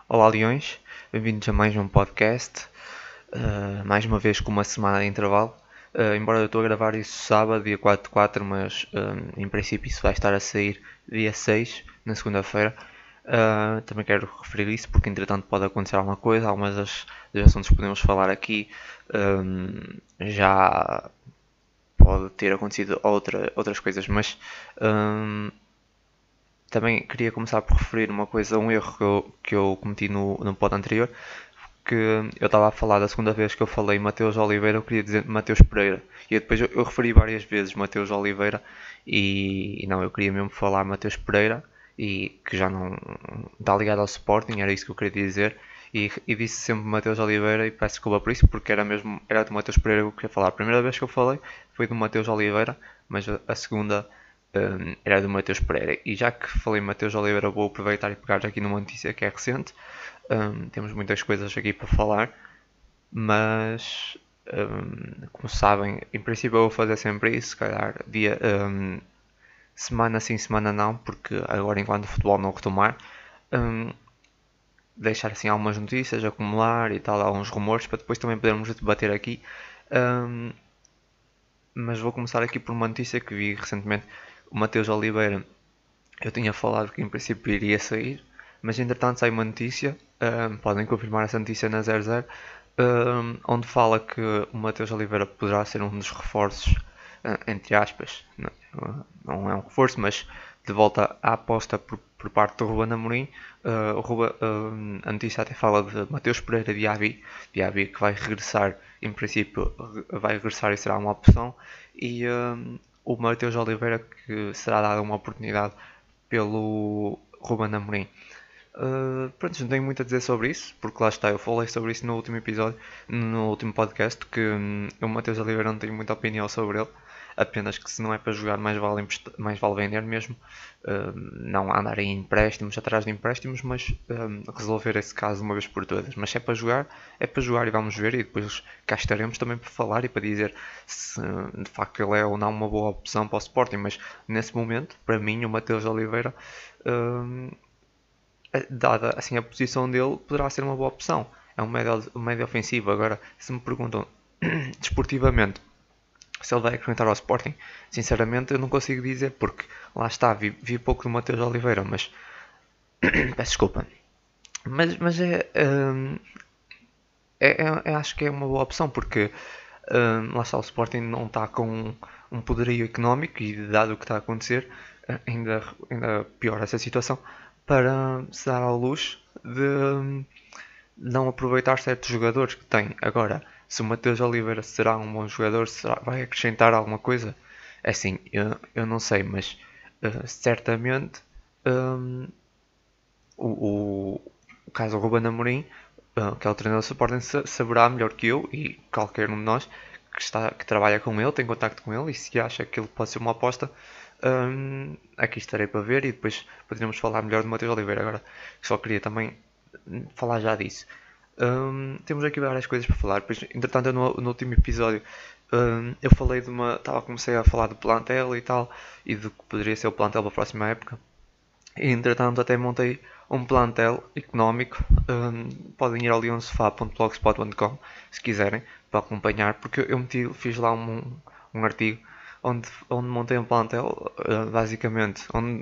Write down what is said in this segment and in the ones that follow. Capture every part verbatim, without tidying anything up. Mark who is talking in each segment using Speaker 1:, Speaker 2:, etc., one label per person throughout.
Speaker 1: Olá, Leões, bem-vindos a mais um podcast, uh, mais uma vez com uma semana de intervalo. Uh, embora eu estou a gravar isso sábado, dia quatro de quatro, mas um, em princípio isso vai estar a sair dia seis, na segunda-feira. Uh, também quero referir isso porque entretanto pode acontecer alguma coisa, algumas das, dos assuntos que podemos falar aqui um, já pode ter acontecido outra, outras coisas, mas um, também queria começar por referir uma coisa, um erro que eu, que eu cometi no, no pod anterior, que eu estava a falar da segunda vez que eu falei Mateus Oliveira, eu queria dizer Mateus Pereira. E depois eu, eu referi várias vezes Mateus Oliveira e, e não, eu queria mesmo falar Mateus Pereira e que já não está ligado ao Sporting, era isso que eu queria dizer. E, e disse sempre Mateus Oliveira e peço desculpa por isso, porque era mesmo era do Mateus Pereira que eu queria falar. A primeira vez que eu falei foi do Mateus Oliveira, mas a, a segunda um, era do Mateus Pereira. E já que falei Mateus Oliveira, vou aproveitar e pegar aqui numa notícia que é recente. Um, temos muitas coisas aqui para falar, mas um, como sabem, em princípio eu vou fazer sempre isso, se calhar dia, um, semana sim, semana não, porque agora enquanto o futebol não retomar, um, deixar assim algumas notícias, acumular e tal, alguns rumores para depois também podermos debater aqui. Um, mas vou começar aqui por uma notícia que vi recentemente. O Mateus Oliveira, eu tinha falado que em princípio iria sair, mas entretanto sai uma notícia, um, podem confirmar essa notícia na zero zero, um, onde fala que o Mateus Oliveira poderá ser um dos reforços, uh, entre aspas, não, não é um reforço, mas de volta à aposta por, por parte do Ruben Amorim. Uh, o Ruben, uh, a notícia até fala de Mateus Pereira Diaby, Diaby que vai regressar, em princípio vai regressar e será uma opção, e um, o Mateus Oliveira que será dada uma oportunidade pelo Ruben Amorim. Uh, pronto, não tenho muito a dizer sobre isso, porque lá está, eu falei sobre isso no último episódio, no último podcast, que hum, o Mateus Oliveira não tenho muita opinião sobre ele, apenas que se não é para jogar mais vale, mais vale vender mesmo, uh, não andar em empréstimos, atrás de empréstimos, mas um, resolver esse caso uma vez por todas. Mas se é para jogar, é para jogar e vamos ver, e depois cá estaremos também para falar e para dizer se de facto ele é ou não uma boa opção para o Sporting, mas nesse momento, para mim, o Mateus Oliveira... Um, dada assim a posição dele, poderá ser uma boa opção. É um médio, um médio ofensivo. Agora, se me perguntam desportivamente se ele vai acrescentar ao Sporting, sinceramente eu não consigo dizer, porque lá está, vi, vi pouco do Mateus Oliveira, mas peço desculpa. Mas, mas é, hum, é, é, é, acho que é uma boa opção, porque hum, lá está, o Sporting não está com um poderio económico e dado o que está a acontecer, ainda, ainda piora essa situação, para se dar ao luxo de hum, não aproveitar certos jogadores que tem. Agora, se o Mateus Oliveira será um bom jogador, será, vai acrescentar alguma coisa? É assim, eu, eu não sei, mas uh, certamente um, o, o, o caso do Ruben Amorim, uh, que é o treinador do Sporting, saberá melhor que eu e qualquer um de nós que, está, que trabalha com ele, tem contacto com ele e se acha que ele pode ser uma aposta, um, aqui estarei para ver e depois poderíamos falar melhor do Mateus Oliveira. Agora, só queria também falar já disso. Um, temos aqui várias coisas para falar. Pois, entretanto, no, no último episódio um, eu falei de uma. Tava, comecei a falar do plantel e tal, e do que poderia ser o plantel para a próxima época. E entretanto, até montei um plantel económico. Um, podem ir ao leon sofá ponto blogspot ponto com se quiserem para acompanhar, porque eu meti, fiz lá um, um artigo onde, onde montei um plantel, uh, basicamente, onde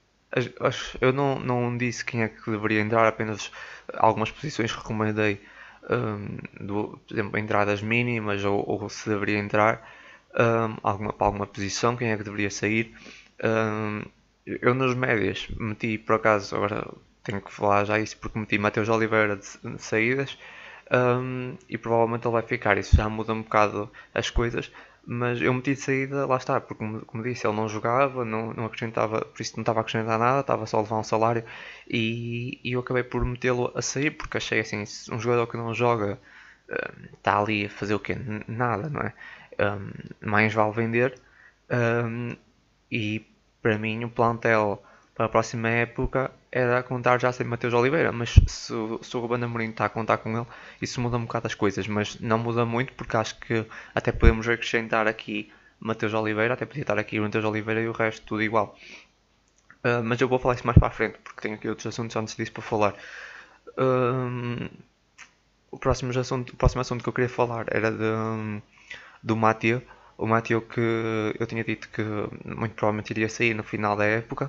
Speaker 1: eu não, não disse quem é que deveria entrar, apenas algumas posições que recomendei, um, do, por exemplo, entradas mínimas ou, ou se deveria entrar um, alguma, para alguma posição, quem é que deveria sair. Um, eu nas médias meti, por acaso, agora tenho que falar já isso porque meti Mateus Oliveira de, de saídas, um, e provavelmente ele vai ficar. Isso já muda um bocado as coisas, mas eu meti de saída, lá está, porque como, como disse, ele não jogava, não, não acrescentava, por isso não estava a acrescentar nada, estava só a levar um salário e, e eu acabei por metê-lo a sair porque achei assim, um jogador que não joga um, está ali a fazer o quê? Nada, não é? Um, mais vale vender, um, e para mim o plantel para a próxima época era contar já sem Mateus Oliveira, mas se, se o Ruben Amorim está a contar com ele, isso muda um bocado as coisas, mas não muda muito porque acho que até podemos acrescentar aqui Mateus Oliveira, até podia estar aqui o Mateus Oliveira e o resto tudo igual. Uh, mas eu vou falar isso mais para a frente porque tenho aqui outros assuntos antes disso para falar. hum, o, próximo assunto, o próximo assunto que eu queria falar era de, hum, do Mateo. O Mateo que eu tinha dito que muito provavelmente iria sair no final da época.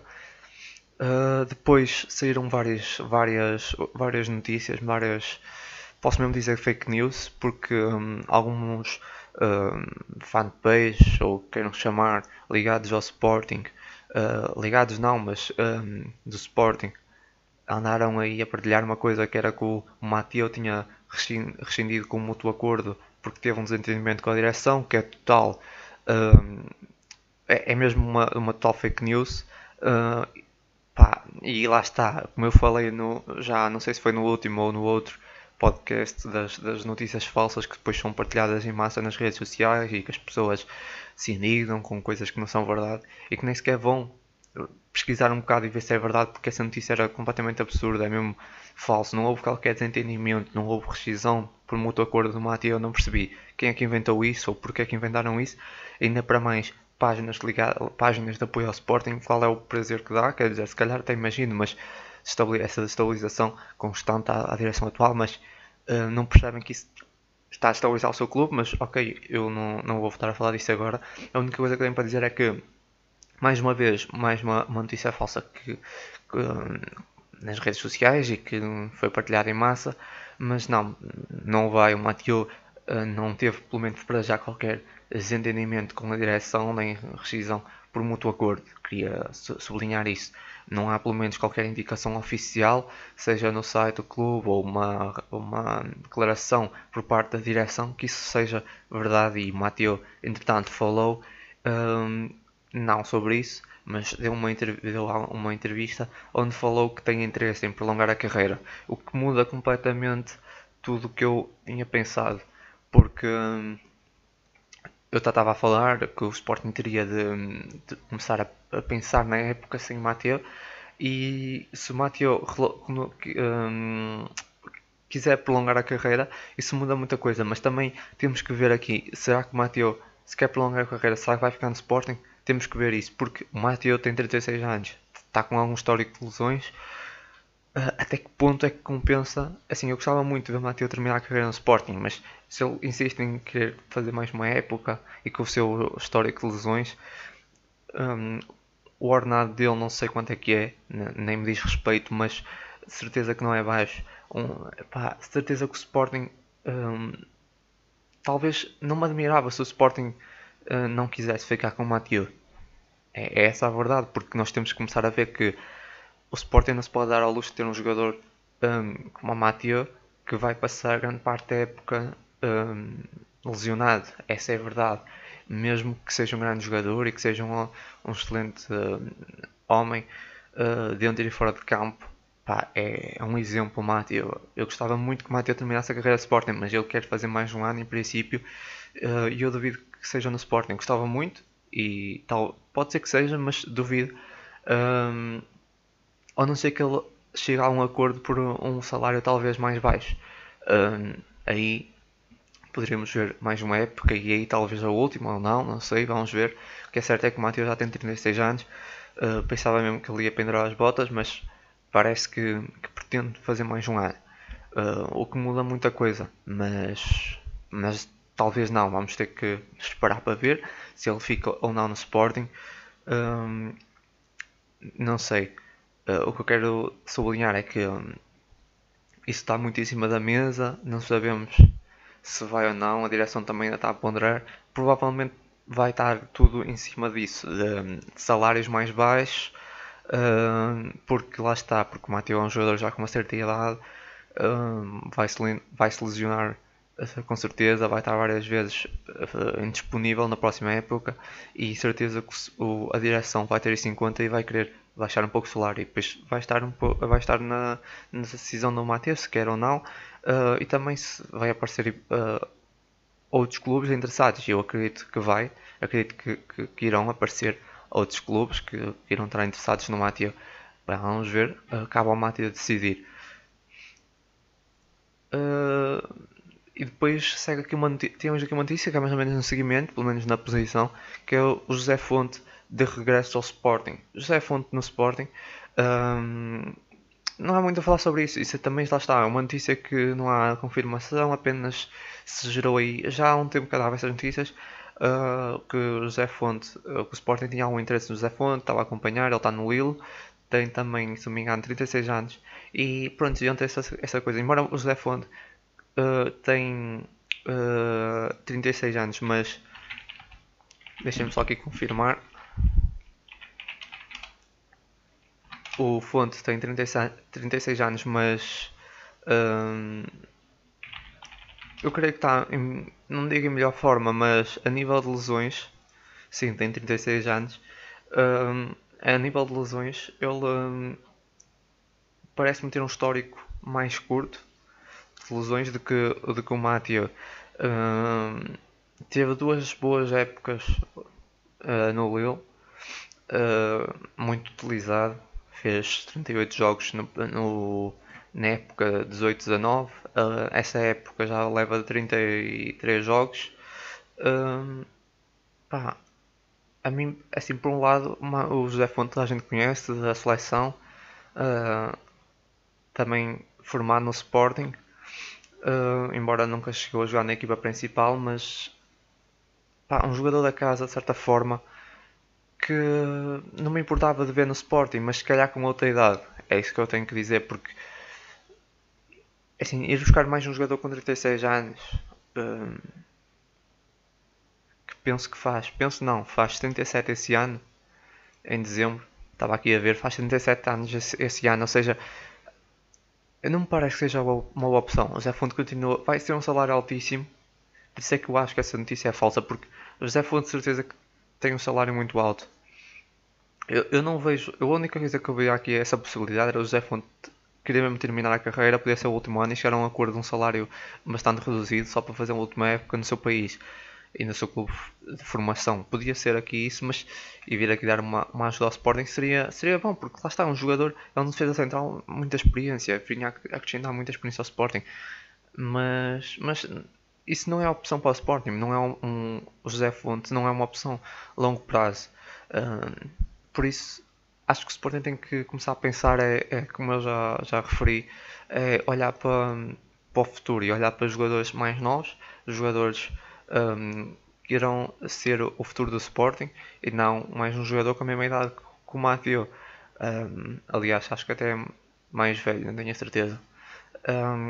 Speaker 1: Uh, depois saíram várias, várias, várias notícias, várias, posso mesmo dizer fake news, porque um, alguns um, fanpages, ou queiram chamar, ligados ao Sporting, uh, ligados não, mas um, do Sporting, andaram aí a partilhar uma coisa que era que o Mateo tinha rescindido com um mútuo acordo porque teve um desentendimento com a direção, que é total, um, é, é mesmo uma, uma total fake news. Uh, Pá, e lá está, como eu falei no, já não sei se foi no último ou no outro podcast das, das notícias falsas que depois são partilhadas em massa nas redes sociais e que as pessoas se indignam com coisas que não são verdade e que nem sequer vão pesquisar um bocado e ver se é verdade, porque essa notícia era completamente absurda, é mesmo falso, não houve qualquer desentendimento, não houve rescisão por mútuo acordo do Mati, eu não percebi quem é que inventou isso ou porque é que inventaram isso, ainda para mais páginas, ligadas, páginas de apoio ao Sporting, qual é o prazer que dá, quer dizer, se calhar até imagino, mas essa estabilização constante à, à direção atual, mas uh, não percebem que isso está a estabilizar o seu clube, mas ok, eu não, não vou voltar a falar disso agora, a única coisa que tenho para dizer é que mais uma vez, mais uma, uma notícia falsa que, que, nas redes sociais e que foi partilhada em massa, mas não, não vai, o Mathieu uh, não teve, pelo menos para já, qualquer desentendimento com a direção, nem rescisão por mútuo acordo, queria sublinhar isso. Não há, pelo menos, qualquer indicação oficial, seja no site do clube ou uma, uma declaração por parte da direção, que isso seja verdade, e Mathieu, entretanto, falou um, não sobre isso, mas deu uma, deu uma entrevista onde falou que tem interesse em prolongar a carreira, o que muda completamente tudo o que eu tinha pensado, porque hum, eu estava a falar que o Sporting teria de, de começar a, a, pensar na época sem Mateo, e se o Mateo hum, quiser prolongar a carreira, isso muda muita coisa, mas também temos que ver aqui, será que o Mateo, se quer prolongar a carreira, será que vai ficar no Sporting? Temos que ver isso, porque o Mateo tem trinta e seis anos, está com algum histórico de lesões, uh, até que ponto é que compensa? Assim, eu gostava muito de ver o Mateo terminar a carreira no Sporting, mas se ele insiste em querer fazer mais uma época e com o seu histórico de lesões, um, o ordenado dele não sei quanto é que é, nem me diz respeito, mas de certeza que não é baixo. Um, pá, de certeza que o Sporting um, talvez não me admirava se o Sporting uh, não quisesse ficar com o Mathieu. É, é essa a verdade, porque nós temos que começar a ver que o Sporting não se pode dar ao luxo de ter um jogador um, como o Mathieu que vai passar grande parte da época um, lesionado. Essa é a verdade. Mesmo que seja um grande jogador e que seja um, um excelente uh, homem uh, dentro e fora de campo, pá, é, é um exemplo, Mathieu. Eu, eu gostava muito que o Mathieu terminasse a carreira de Sporting, mas ele quer fazer mais um ano em princípio, uh, e eu duvido que seja no Sporting. Gostava muito e tal, pode ser que seja, mas duvido. Um, a não ser que ele chegue a um acordo por um salário talvez mais baixo. Um, aí poderíamos ver mais uma época e aí talvez a última ou não, não sei, vamos ver. O que é certo é que o Matheus já tem trinta e seis anos, uh, pensava mesmo que ele ia pendurar as botas, mas parece que, que pretende fazer mais um ano. Uh, o que muda muita coisa, mas, mas talvez não, vamos ter que esperar para ver se ele fica ou não no Sporting. Um, não sei. Uh, o que eu quero sublinhar é que um, isso está muito em cima da mesa, não sabemos se vai ou não, a direção também ainda está a ponderar. Provavelmente vai estar tudo em cima disso, de, de salários mais baixos, uh, porque lá está, porque o Mateo é um jogador já com uma certa idade, uh, vai-se vai -se lesionar uh, com certeza, vai estar várias vezes uh, indisponível na próxima época e certeza que o, a direção vai ter isso em conta e vai querer baixar um pouco o salário e depois vai estar, um pouco, vai estar na, na decisão do Mateo se quer ou não, uh, e também se vai aparecer uh, outros clubes interessados. Eu acredito que vai, acredito que, que, que irão aparecer outros clubes que, que irão estar interessados no Mateo. Vamos ver, acaba o Mateo a decidir. Uh, e depois segue aqui uma notícia, temos aqui uma notícia que é mais ou menos no seguimento, pelo menos na posição, que é o José Fonte de regresso ao Sporting. José Fonte no Sporting, um, não há muito a falar sobre isso. Isso também lá está. É uma notícia que não há confirmação, apenas se gerou aí. Já há um tempo que eu dava essas notícias. Uh, que o José Fonte, uh, que o Sporting tinha algum interesse no José Fonte, estava a acompanhar, ele está no Lille, tem também, se não me engano, trinta e seis anos. E pronto, diante essa, essa coisa, embora o José Fonte uh, tem uh, trinta e seis anos, mas deixem-me só aqui confirmar. O Fonte tem trinta e seis anos, mas hum, eu creio que está, em, não digo em melhor forma, mas a nível de lesões, sim, tem trinta e seis anos. Hum, a nível de lesões, ele hum, parece-me ter um histórico mais curto de lesões do que, do que o Mathieu. Hum, teve duas boas épocas uh, no Lille, uh, muito utilizado, fez trinta e oito jogos no, no, na época dezoito dezanove, uh, essa época já leva trinta e três jogos. Uh, pá, a mim, assim, por um lado, uma, o José Fonte a gente conhece da seleção, uh, também formado no Sporting, uh, embora nunca chegou a jogar na equipa principal, mas pá, um jogador da casa, de certa forma, que não me importava de ver no Sporting, mas se calhar com outra idade. É isso que eu tenho que dizer, porque assim, ir buscar mais um jogador com trinta e seis anos, hum, que penso que faz, penso não, faz trinta e sete esse ano, em dezembro, estava aqui a ver, faz trinta e sete anos esse, esse ano, ou seja, não me parece que seja uma boa opção. O Zé Fonte continua, vai ser um salário altíssimo, por isso é que eu acho que essa notícia é falsa, porque o José Fonte de certeza que tem um salário muito alto. Eu, eu não vejo. A única coisa que eu vejo aqui é essa possibilidade. Era o José Fonte querer mesmo terminar a carreira, podia ser o último ano e chegar a um acordo de um salário bastante reduzido só para fazer uma última época no seu país e no seu clube de formação. Podia ser aqui isso, mas e vir aqui dar uma, uma ajuda ao Sporting seria, seria bom, porque lá está, um jogador, é um defesa central, muita experiência, vinha a acrescentar muita experiência ao Sporting. Mas, mas isso não é opção para o Sporting, não é um, um o José Fonte, não é uma opção a longo prazo. Uh, por isso, acho que o Sporting tem que começar a pensar, é, é como eu já, já referi, é olhar para, para o futuro e olhar para jogadores mais novos, jogadores um, que irão ser o futuro do Sporting e não mais um jogador com a mesma idade que o Mathieu. Um, aliás, acho que até é mais velho, não tenho a certeza. Um,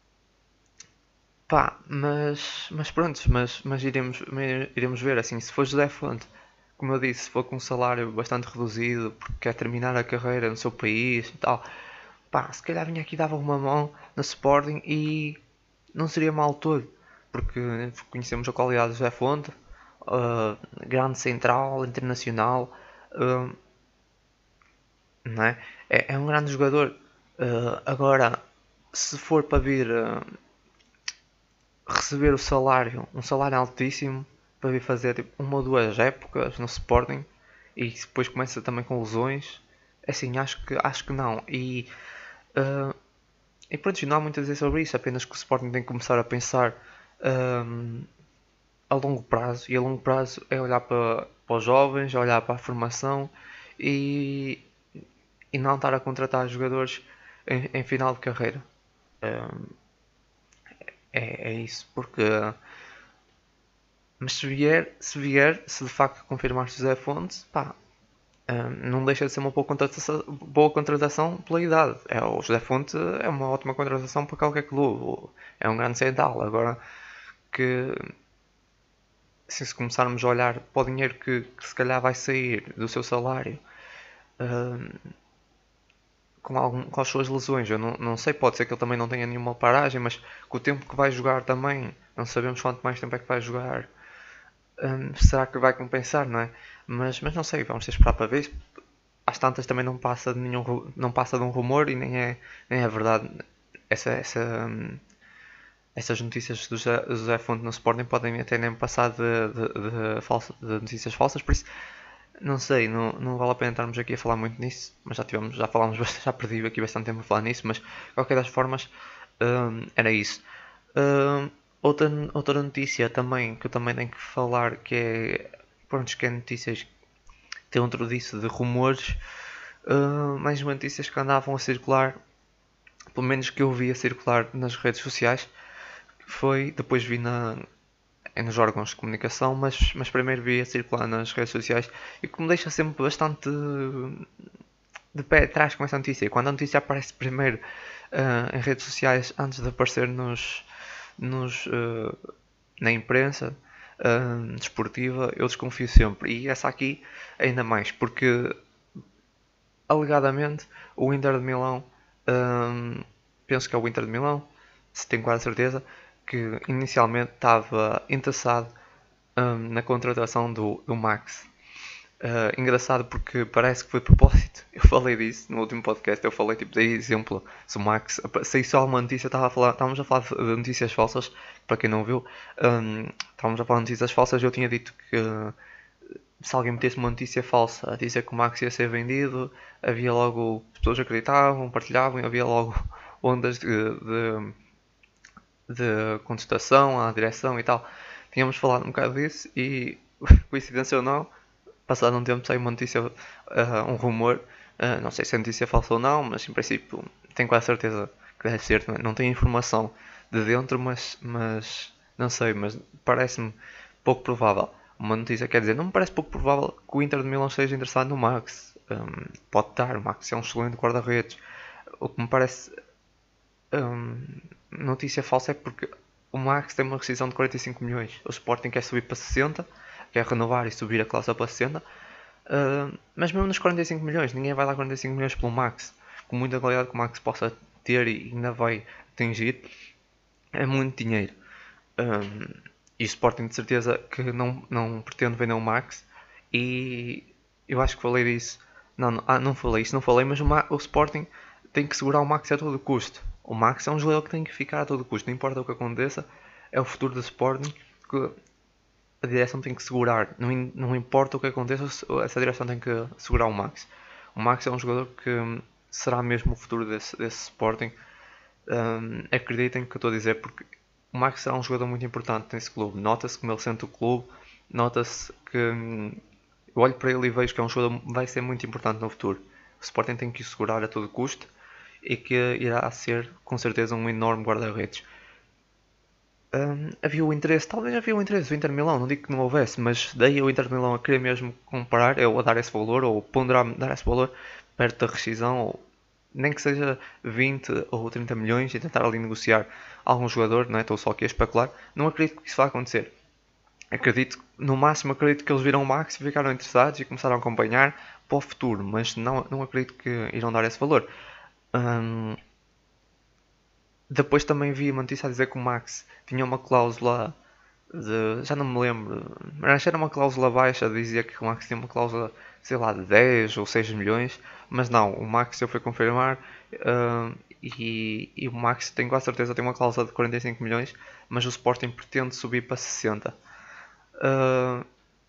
Speaker 1: Pá, mas, mas pronto, mas, mas iremos, iremos ver, assim, se for José Fonte, como eu disse, se for com um salário bastante reduzido, porque quer terminar a carreira no seu país e tal, pá, se calhar vinha aqui e dava uma mão no Sporting e não seria mal todo, porque conhecemos a qualidade do José Fonte, uh, grande central, internacional, uh, não é? É, é um grande jogador. Uh, agora, se for para vir uh, receber o salário, um salário altíssimo, para vir fazer tipo, uma ou duas épocas no Sporting e depois começa também com lesões, assim, acho que, acho que não. E, uh, e pronto, não há muito a dizer sobre isso, apenas que o Sporting tem que começar a pensar um, a longo prazo, e a longo prazo é olhar para, para os jovens, olhar para a formação e, e não estar a contratar jogadores em, em final de carreira. Um, é, é isso, porque mas se vier, se vier, se de facto confirmar José Fonte, pá, hum, não deixa de ser uma boa contratação, boa contratação pela idade. É, o José Fonte é uma ótima contratação para qualquer clube. É um grande central. Agora que assim, se começarmos a olhar para o dinheiro que, que se calhar vai sair do seu salário hum, com, algum, com as suas lesões, eu não, não sei, pode ser que ele também não tenha nenhuma paragem, mas com o tempo que vai jogar também, não sabemos quanto mais tempo é que vai jogar. Hum, será que vai compensar, não é? Mas, mas não sei, vamos ter que esperar para ver. Às tantas também não passa de nenhum, não passa de um rumor e nem é, nem é verdade. Essa, essa, hum, essas notícias do José, José Fonte no Sporting podem até nem passar de, de, de, falsa, de notícias falsas, por isso não sei, não, não vale a pena estarmos aqui a falar muito nisso, mas já tivemos, já falámos bastante, já perdi aqui bastante tempo a falar nisso, mas de qualquer das formas hum, era isso. Hum, outra, outra notícia também que eu também tenho que falar que é, pronto, que é notícias dentro disso de rumores, hum, mais notícias que andavam a circular pelo menos que eu vi a circular nas redes sociais, foi, depois vi na, nos órgãos de comunicação, mas, mas primeiro vi a circular nas redes sociais e que me deixa sempre bastante de pé atrás com essa notícia. Quando a notícia aparece primeiro uh, em redes sociais antes de aparecer nos, nos, uh, na imprensa uh, desportiva, eu desconfio sempre. E essa aqui ainda mais, porque alegadamente o Inter de Milão, uh, penso que é o Inter de Milão, se tenho quase certeza, que inicialmente estava interessado um, na contratação do, do Max. Uh, engraçado porque parece que foi propósito. Eu falei disso no último podcast. Eu falei tipo, dei exemplo. Se o Max saí só uma notícia, estava a falar, estávamos a falar de notícias falsas. Para quem não viu, um, estávamos a falar de notícias falsas. Eu tinha dito que uh, se alguém metesse uma notícia falsa a dizer que o Max ia ser vendido, havia logo as pessoas acreditavam, partilhavam, havia logo ondas de, de, de contestação à direção e tal. Tínhamos falado um bocado disso e coincidência ou não, passado um tempo saiu uma notícia, uh, um rumor, uh, não sei se é notícia falsa ou não, mas em princípio tenho quase certeza que deve ser, não, não tenho informação de dentro, mas, mas não sei, mas parece-me pouco provável. Uma notícia quer dizer, não me parece pouco provável que o Inter de Milão esteja interessado no Max. Um, pode estar, o Max é um excelente guarda-redes. O que me parece um, notícia falsa é porque o Max tem uma rescisão de quarenta e cinco milhões, o Sporting quer subir para sessenta, quer renovar e subir a cláusula para sessenta, uh, mas mesmo nos quarenta e cinco milhões, ninguém vai dar quarenta e cinco milhões pelo Max, com muita qualidade que o Max possa ter e ainda vai atingir, é muito dinheiro. Um, e o Sporting de certeza que não, não pretende vender o Max, e eu acho que falei disso, não, não, ah, não falei isso, não falei, mas o, Ma o Sporting tem que segurar o Max a todo custo. O Max é um jogador que tem que ficar a todo custo, não importa o que aconteça, é o futuro do Sporting, que a direção tem que segurar, não, não importa o que aconteça, essa direção tem que segurar o Max. O Max é um jogador que será mesmo o futuro desse, desse Sporting. Um, acreditem que eu estou a dizer, porque o Max será um jogador muito importante nesse clube. Nota-se como ele sente o clube, nota-se que hum, eu olho para ele e vejo que é um jogador que vai ser muito importante no futuro. O Sporting tem que o segurar a todo custo e que irá ser com certeza um enorme guarda-redes. Um, havia o interesse, talvez havia o interesse do Inter Milão, não digo que não houvesse, mas daí o Inter Milão a querer mesmo comprar, ou a dar esse valor, ou ponderar dar esse valor perto da rescisão, ou nem que seja vinte ou trinta milhões e tentar ali negociar algum jogador, não é? Estou só aqui a especular, não acredito que isso vá acontecer. Acredito, no máximo acredito que eles viram o Max e ficaram interessados e começaram a acompanhar para o futuro, mas não, não acredito que irão dar esse valor. Um, Depois também vi uma notícia a dizer que o Max tinha uma cláusula de, já não me lembro, mas era uma cláusula baixa, dizia que o Max tinha uma cláusula, sei lá, de dez ou seis milhões, mas não, o Max eu fui confirmar uh, e, e o Max tenho quase certeza tem uma cláusula de quarenta e cinco milhões, mas o Sporting pretende subir para sessenta. Uh,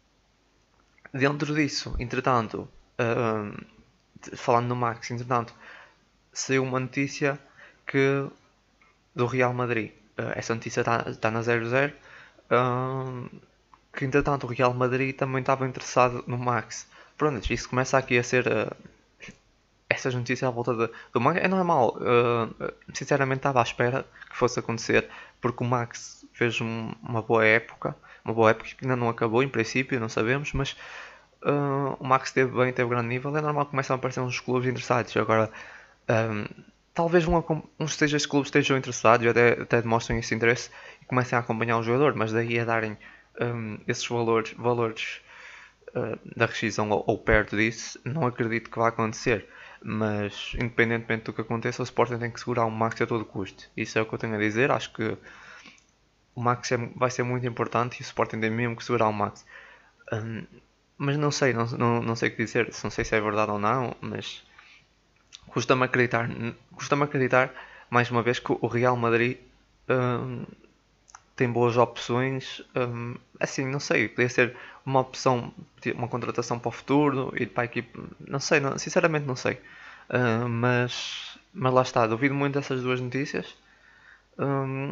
Speaker 1: dentro disso, entretanto, uh, falando no Max, entretanto, saiu uma notícia que do Real Madrid. Uh, essa notícia está tá na zero zero. Uh, que entretanto o Real Madrid também estava interessado no Max. Pronto, isso começa aqui a ser uh, essas notícias à volta de, do Max. É normal. Uh, sinceramente estava à espera que fosse acontecer, porque o Max fez um, uma boa época. Uma boa época que ainda não acabou, em princípio, não sabemos, mas uh, o Max esteve bem, teve grande nível. É normal que começam a aparecer uns clubes interessados. Agora, um, talvez um, uns destes clubes estejam interessados e até, até demonstrem esse interesse e comecem a acompanhar o jogador, mas daí a darem um, esses valores, valores uh, da rescisão ou, ou perto disso, não acredito que vá acontecer. Mas independentemente do que aconteça, o Sporting tem que segurar o Max a todo custo. Isso é o que eu tenho a dizer. Acho que o Max é, vai ser muito importante e o Sporting tem mesmo que segurar o Max. Um, mas não sei, não, não, não sei o que dizer, não sei se é verdade ou não, mas custa-me acreditar, custa-me acreditar mais uma vez que o Real Madrid um, tem boas opções. Um, assim, não sei, poderia ser uma opção, uma contratação para o futuro, ir para a equipe, não sei, não, sinceramente não sei. Uh, mas, mas lá está, duvido muito dessas duas notícias. Um,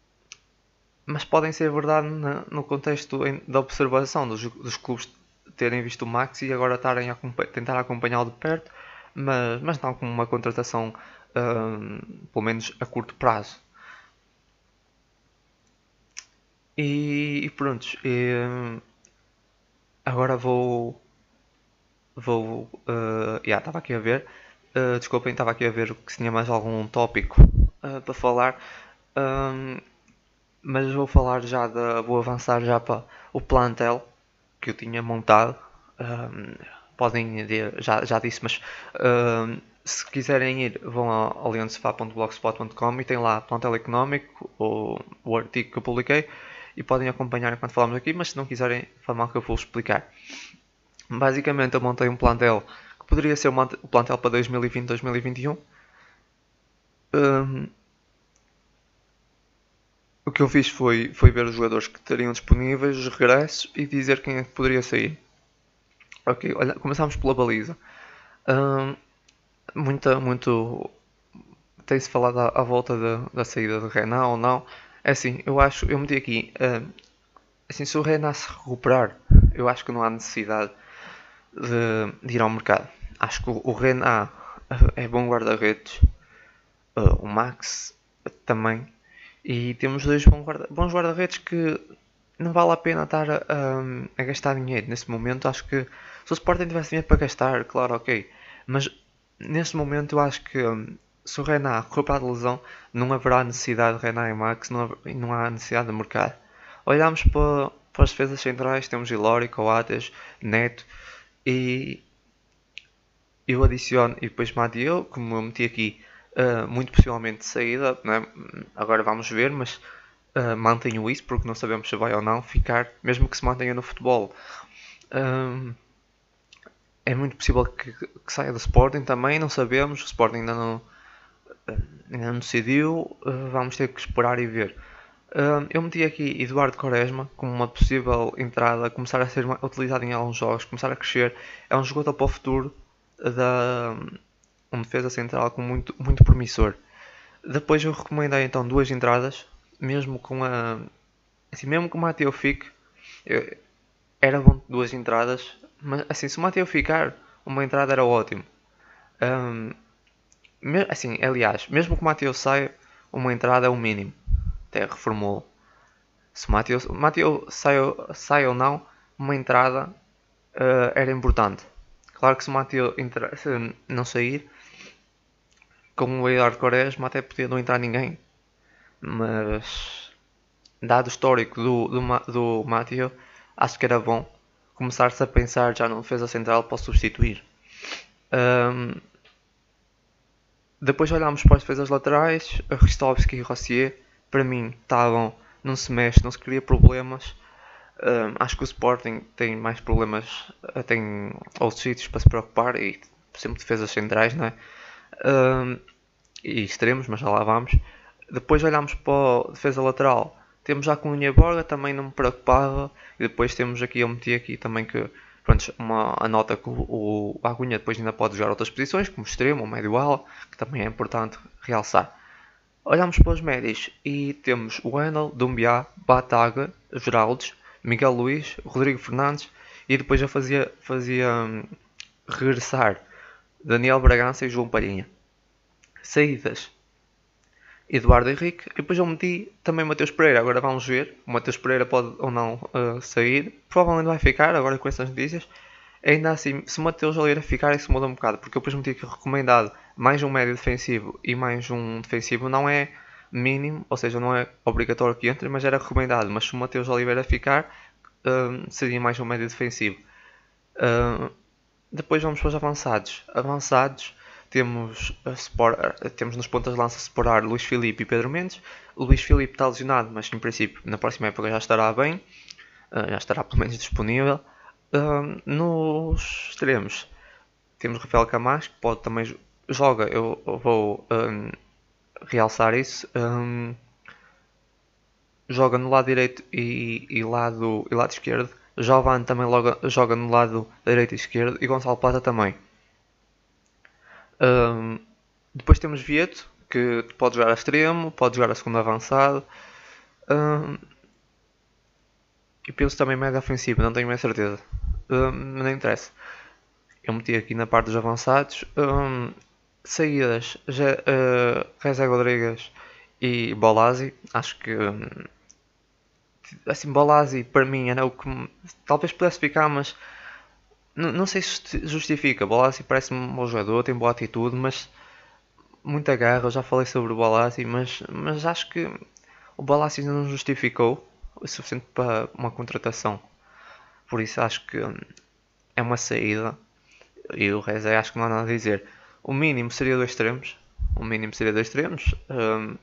Speaker 1: mas podem ser verdade na, no contexto da observação dos, dos clubes terem visto o Max e agora estarem a tentar acompanhá-lo de perto, mas, mas não como uma contratação um, pelo menos a curto prazo. E, e pronto, e, agora vou. Vou. Uh, yeah, estava aqui a ver. Uh, desculpem, estava aqui a ver se tinha mais algum tópico uh, para falar. Um, mas vou falar já da. Vou avançar já para o plantel que eu tinha montado. Um, podem ir, já, já disse, mas um, se quiserem ir, vão ao aliansefá ponto blogspot ponto com e tem lá plantel económico, o, o artigo que eu publiquei, e podem acompanhar enquanto falamos aqui, mas se não quiserem, foi mal que eu vou explicar. Basicamente eu montei um plantel que poderia ser o plantel para dois mil e vinte, dois mil e vinte e um. Um, o que eu fiz foi, foi ver os jogadores que estariam disponíveis, os regressos e dizer quem é que poderia sair. Ok, olha, começámos pela baliza. Um, muita, muito tem-se falado à, à volta da, da saída de Renan ou não. É assim, eu acho, eu meti aqui, um, assim, se o Renan se recuperar, eu acho que não há necessidade de, de ir ao mercado. Acho que o, o Renan é bom guarda-redes, uh, o Max também, e temos dois bons guarda- bons guarda-redes que não vale a pena estar a, a, a gastar dinheiro nesse momento. Acho que se o Sporting tivesse dinheiro para gastar, claro, ok, mas nesse momento eu acho que um, se o Renan recuperar de lesão, não haverá necessidade de Renan e Max, não, haver, não há necessidade de mercado. Olhamos para, para as defesas centrais, temos Ilori, Coates, Neto, e eu adiciono, e depois Matheus, como eu meti aqui, uh, muito possivelmente de saída, né? Agora vamos ver, mas uh, mantenho isso porque não sabemos se vai ou não ficar, mesmo que se mantenha no futebol. Um, é muito possível que, que saia do Sporting também, não sabemos, o Sporting ainda não, ainda não decidiu, uh, vamos ter que esperar e ver. Uh, eu meti aqui Eduardo Quaresma como uma possível entrada, começar a ser utilizado em alguns jogos, começar a crescer. É um jogador para o futuro, da um defesa central com muito, muito promissor. Depois eu recomendei então duas entradas, mesmo com a. Assim, mesmo que o Mateo fique, eu, era bom duas entradas, mas assim, se o Mateo ficar, uma entrada era ótimo. Um, assim, aliás, mesmo que o Mateo saia, uma entrada é o mínimo. Até reformulou. Se o Mateo, Mateo sai, sai ou não, uma entrada uh, era importante. Claro que se o Mateo se não sair, com o Eduardo Quaresma até podia não entrar ninguém. Mas, dado o histórico do, do, do Mateo, acho que era bom começar-se a pensar já numa defesa central para o substituir. Um, depois olhámos para as defesas laterais, Ristovski e Rossier, para mim estavam, não se mexe, não se cria problemas. Um, acho que o Sporting tem mais problemas, tem outros sítios para se preocupar e sempre defesas centrais, não é? Um, e extremos, mas já lá vamos. Depois olhamos para a defesa lateral. Temos já com o Borga, também não me preocupava. E depois temos aqui, eu meti aqui também que, pronto, uma, a nota que o, o Agunha depois ainda pode jogar outras posições, como extremo ou médio ala, que também é importante realçar. Olhamos para os médios e temos o Wendel, Dumbiá, Bataga, Geraldes, Miguel Luís, Rodrigo Fernandes e depois já fazia, fazia hum, regressar Daniel Bragança e João Palhinha. Saídas: Eduardo Henrique e depois eu meti também Mateus Pereira. Agora vamos ver, o Mateus Pereira pode ou não uh, sair, provavelmente vai ficar agora com essas notícias. Ainda assim, se o Mateus Oliveira ficar, isso muda um bocado, porque eu depois meti que recomendado mais um médio defensivo e mais um defensivo não é mínimo, ou seja, não é obrigatório que entre, mas era recomendado. Mas se o Mateus Oliveira ficar, uh, seria mais um médio defensivo. Uh, depois vamos para os avançados. Avançados, temos, a Spor, temos nos pontas de lança separar Luís Filipe e Pedro Mendes. O Luís Filipe está lesionado, mas em princípio na próxima época já estará bem, uh, já estará pelo menos disponível. Uh, nos extremos temos Rafael Camacho, que pode também joga, eu vou um, realçar isso. Um, joga no lado direito e, e, lado, e lado esquerdo. Jovan também loga, joga no lado direito e esquerdo e Gonçalo Plata também. Um, depois temos Vieto, que pode jogar a extremo, pode jogar a segundo avançado. Um, e penso também médio ofensivo, não tenho mais certeza. Um, não interessa. Eu meti aqui na parte dos avançados. Um, saídas, uh, Reza Rodrigues e Bolazzi. Acho que hum, assim, Bolazzi para mim era o que talvez pudesse ficar, mas não sei se justifica. Bolazzi parece-me um bom jogador, tem boa atitude, mas muita garra. Eu já falei sobre o Bolazzi, mas, mas acho que o Bolazzi ainda não justificou o suficiente para uma contratação. Por isso acho que hum, é uma saída. E o Reza acho que não há nada a dizer. O mínimo seria dois extremos. O mínimo seria dois extremos. Um,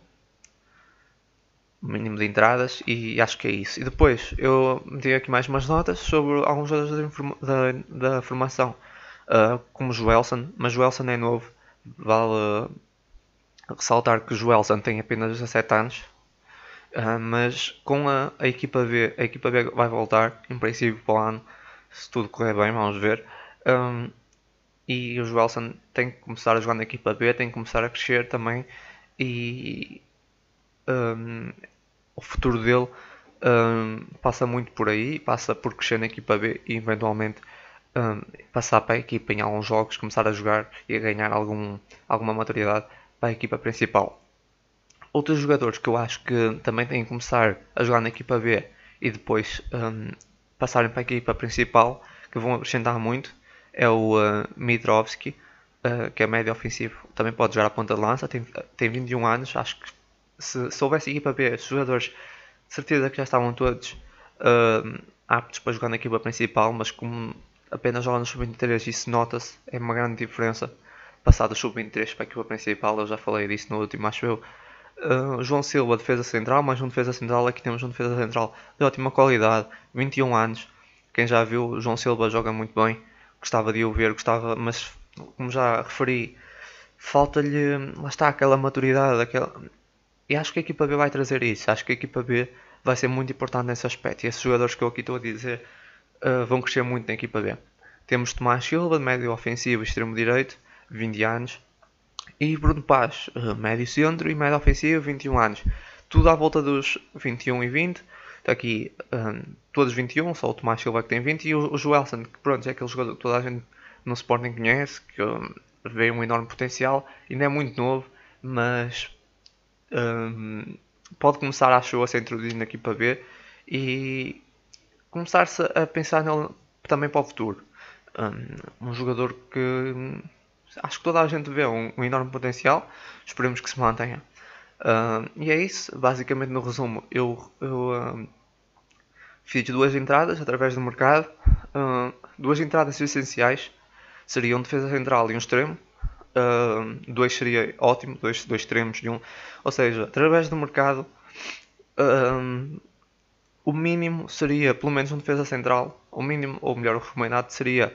Speaker 1: o mínimo de entradas. E acho que é isso. E depois eu meti aqui mais umas notas sobre alguns jogadores da, da, da formação. Uh, como o Joelson. Mas o Joelson é novo. Vale uh, ressaltar que o Joelson tem apenas dezassete anos. Uh, mas com a, a equipa B, a equipa B vai voltar, em princípio, para o ano. Se tudo correr bem, vamos ver. Um, e o Joelson tem que começar a jogar na equipa B, tem que começar a crescer também. E um, o futuro dele um, passa muito por aí, passa por crescer na equipa B e eventualmente um, passar para a equipa em alguns jogos, começar a jogar e a ganhar algum, alguma maturidade para a equipa principal. Outros jogadores que eu acho que também têm que começar a jogar na equipa B e depois um, passarem para a equipa principal, que vão acrescentar muito, é o uh, Midrovski, uh, que é médio ofensivo. Também pode jogar a ponta de lança, tem, tem vinte e um anos. Acho que se, se houvesse equipa B, os jogadores de certeza que já estavam todos uh, aptos para jogar na equipa principal, mas como apenas jogam no sub vinte e três, isso nota-se, é uma grande diferença. Passar do sub vinte e três para a equipa principal, eu já falei disso no último, acho eu. Uh, João Silva, defesa central, mais um defesa central. Aqui temos um defesa central de ótima qualidade, vinte e um anos. Quem já viu, João Silva joga muito bem. Gostava de o ver, gostava, mas como já referi, falta-lhe, lá está, aquela maturidade. Aquela... E acho que a equipa B vai trazer isso. Acho que a equipa B vai ser muito importante nesse aspecto. E esses jogadores que eu aqui estou a dizer uh, vão crescer muito na equipa B. Temos Tomás Silva, médio ofensivo, extremo direito, vinte anos. E Bruno Paz, médio centro e médio ofensivo, vinte e um anos. Tudo à volta dos vinte e um e vinte. Está aqui um, todos vinte e um, só o Tomás Silva que tem vinte. E o, o Joelson, que pronto, é aquele jogador que toda a gente no Sporting conhece, que um, vê um enorme potencial. Ainda é muito novo, mas um, pode começar, acho eu, a ser introduzido na equipa B e começar-se a pensar nele também para o futuro. Um, um jogador que acho que toda a gente vê um, um enorme potencial. Esperemos que se mantenha. Uh, e é isso. Basicamente, no resumo, eu, eu uh, fiz duas entradas através do mercado. Uh, duas entradas essenciais. Seria um defesa central e um extremo. Uh, dois seria ótimo. Dois, dois extremos de um. Ou seja, através do mercado, uh, o mínimo seria pelo menos um defesa central. O mínimo, ou melhor, o recomendado seria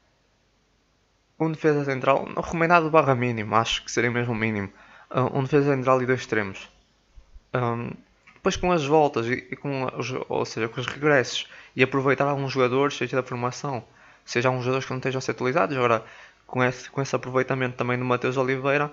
Speaker 1: um defesa central, recomendado barra mínimo, acho que seria mesmo o mínimo. Um defesa central e dois extremos. Um, depois com as voltas e com os, ou seja, com os regressos e aproveitar alguns jogadores, seja da formação, seja alguns jogadores que não estejam a ser utilizados. Agora, com esse, com esse aproveitamento também do Mateus Oliveira,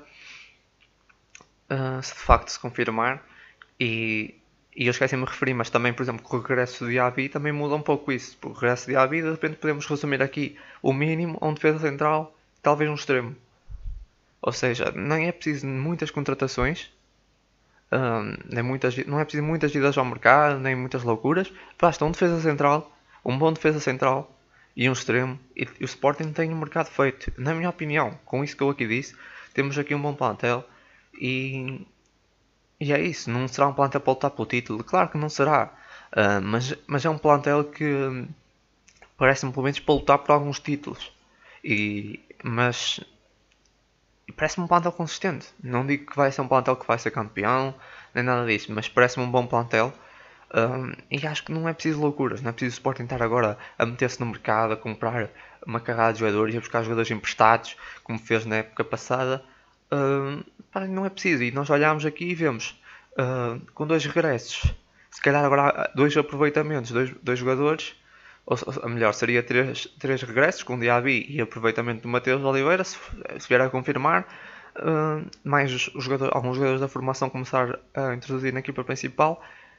Speaker 1: uh, se de facto se confirmar, e, e eu esqueci-me de referir, mas também, por exemplo, com o regresso de Diaby também muda um pouco isso. Por regresso de Diaby, de repente podemos resumir aqui o mínimo a um defesa central, talvez um extremo. Ou seja, nem é preciso muitas contratações, um, nem muitas, não é preciso muitas idas ao mercado, nem muitas loucuras. Basta um defesa central, um bom defesa central e um extremo. E, e o Sporting tem um mercado feito. Na minha opinião, com isso que eu aqui disse, temos aqui um bom plantel e, e é isso. Não será um plantel para lutar pelo título? Claro que não será. Uh, mas, mas é um plantel que parece-me pelo menos para lutar por alguns títulos. E, mas parece-me um plantel consistente. Não digo que vai ser um plantel que vai ser campeão, nem nada disso, mas parece-me um bom plantel. Um, e acho que não é preciso loucuras, não é preciso o Sporting estar agora a meter-se no mercado, a comprar uma carrada de jogadores e a buscar jogadores emprestados, como fez na época passada. Um, não é preciso. E nós olhamos aqui e vemos uh, com dois regressos, se calhar agora dois aproveitamentos, dois, dois jogadores. Ou, ou melhor, seria três, três regressos com o Diaby e aproveitamento do Mateus Oliveira, se, se vier a confirmar. Uh, mais os, os jogadores, alguns jogadores da formação começar a introduzir na equipa principal.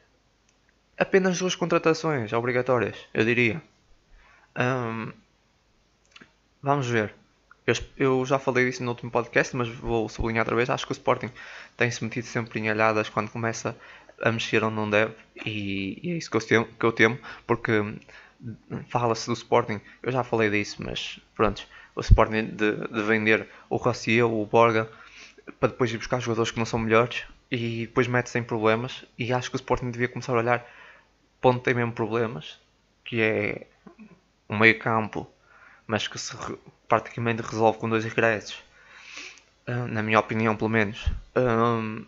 Speaker 1: Apenas duas contratações obrigatórias, eu diria. Um, vamos ver. Eu, eu já falei disso no último podcast, mas vou sublinhar outra vez. Acho que o Sporting tem-se metido sempre em alhadas quando começa a mexer onde não deve, e, e é isso que eu temo, que eu temo porque fala-se do Sporting, eu já falei disso, mas pronto, o Sporting de, de vender o Rossier, o Borga, para depois ir buscar jogadores que não são melhores e depois mete-se em problemas. E acho que o Sporting devia começar a olhar para onde tem mesmo problemas, que é um meio campo, mas que se re- praticamente resolve com dois regressos, ah, na minha opinião, pelo menos. Um,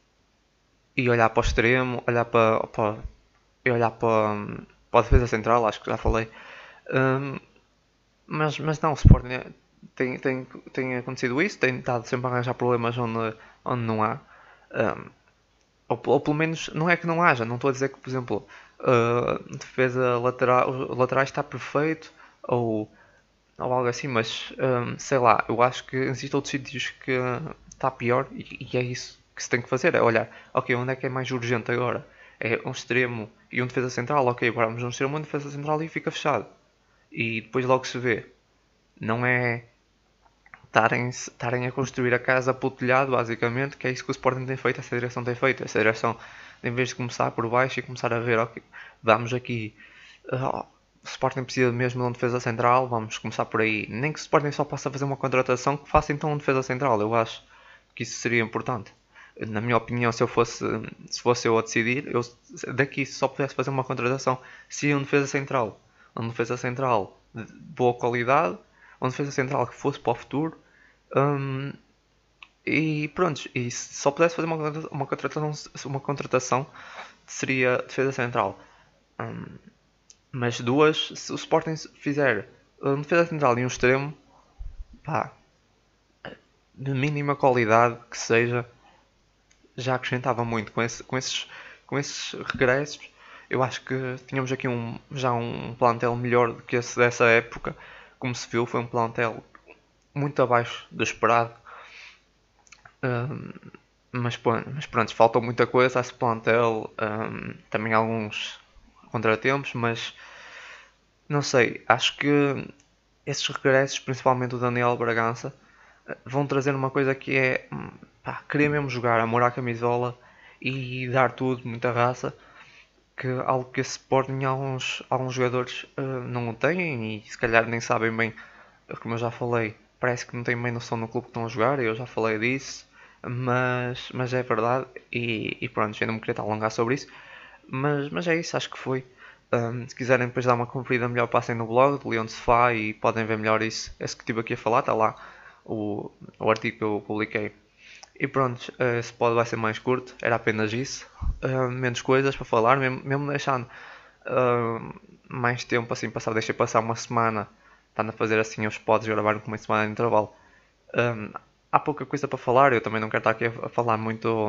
Speaker 1: e olhar para o extremo, olhar para, para, e olhar para, para a defesa central, acho que já falei. Um, mas, mas não, o Sporting é- tem, tem, tem acontecido isso, tem estado sempre a arranjar problemas onde, onde não há. Um, ou, ou pelo menos, não é que não haja, não estou a dizer que, por exemplo, uh, defesa lateral, o lateral está perfeito, ou ou algo assim, mas hum, sei lá, eu acho que existem outros sítios que está pior, e, e é isso que se tem que fazer, é olhar, ok, onde é que é mais urgente agora? É um extremo e um defesa central, ok, agora vamos um extremo e um defesa central e fica fechado. E depois logo se vê. Não é estarem, estarem a construir a casa pelo telhado, basicamente, que é isso que o Sporting tem feito, essa direção tem feito. Essa direção, em vez de começar por baixo e começar a ver, ok, vamos aqui, uh, o Sporting precisa mesmo de um defesa central, vamos começar por aí. Nem que o Sporting só possa fazer uma contratação, que faça então um defesa central. Eu acho que isso seria importante. Na minha opinião, se eu fosse, se fosse eu a decidir, eu daqui, se só pudesse fazer uma contratação, seria um defesa central. Um defesa central de boa qualidade, um defesa central que fosse para o futuro. Hum, e pronto, e se só pudesse fazer uma, uma contratação, uma contratação seria defesa central. Hum, mas duas, se o Sporting fizer um defesa central e um extremo, pá, de mínima qualidade que seja, já acrescentava muito com, esse, com, esses, com esses regressos. Eu acho que tínhamos aqui um, já um plantel melhor do que esse dessa época. Como se viu, foi um plantel muito abaixo do esperado. Um, mas, mas pronto, faltou muita coisa a esse plantel. Um, também alguns contratempos, mas não sei, acho que esses regressos, principalmente o Daniel Bragança, vão trazer uma coisa que é hum, pá, querer mesmo jogar, amor à camisola e dar tudo, muita raça, que algo que esse Sporting alguns, alguns jogadores uh, não o têm, e se calhar nem sabem bem, como eu já falei, parece que não têm bem noção no clube que estão a jogar, eu já falei disso, mas, mas é verdade, e, e pronto, eu não me queria alongar sobre isso, mas, mas é isso, acho que foi. Um, se quiserem depois dar uma conferida melhor, passem no blog do Leão de Sofá e podem ver melhor isso, esse que estive aqui a falar, está lá o, o artigo que eu publiquei. E pronto, esse pod vai ser mais curto, era apenas isso. Uh, menos coisas para falar, mesmo, mesmo deixando uh, mais tempo assim passar, deixei passar uma semana, estando a fazer assim os pods, gravar com uma semana de intervalo. Um, há pouca coisa para falar, eu também não quero estar aqui a, a falar muito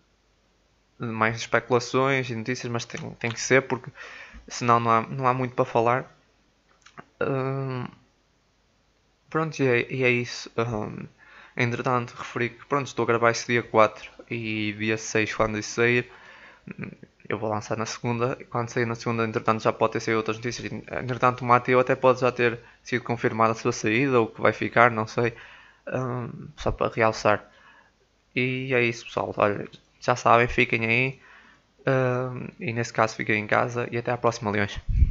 Speaker 1: mais especulações e notícias, mas tem, tem que ser porque senão não há, não há muito para falar. Um, pronto, e é, e é isso. Um, entretanto, referi que pronto, estou a gravar esse dia quatro e dia seis, quando isso sair, eu vou lançar na segunda. Quando sair na segunda, entretanto, já pode ter saído outras notícias. Entretanto, o Mateu até pode já ter sido confirmada a sua saída ou que vai ficar, não sei. Um, só para realçar. E é isso, pessoal. Olha, já sabem, fiquem aí. Um, e nesse caso, fiquem em casa. E até à próxima, Leões.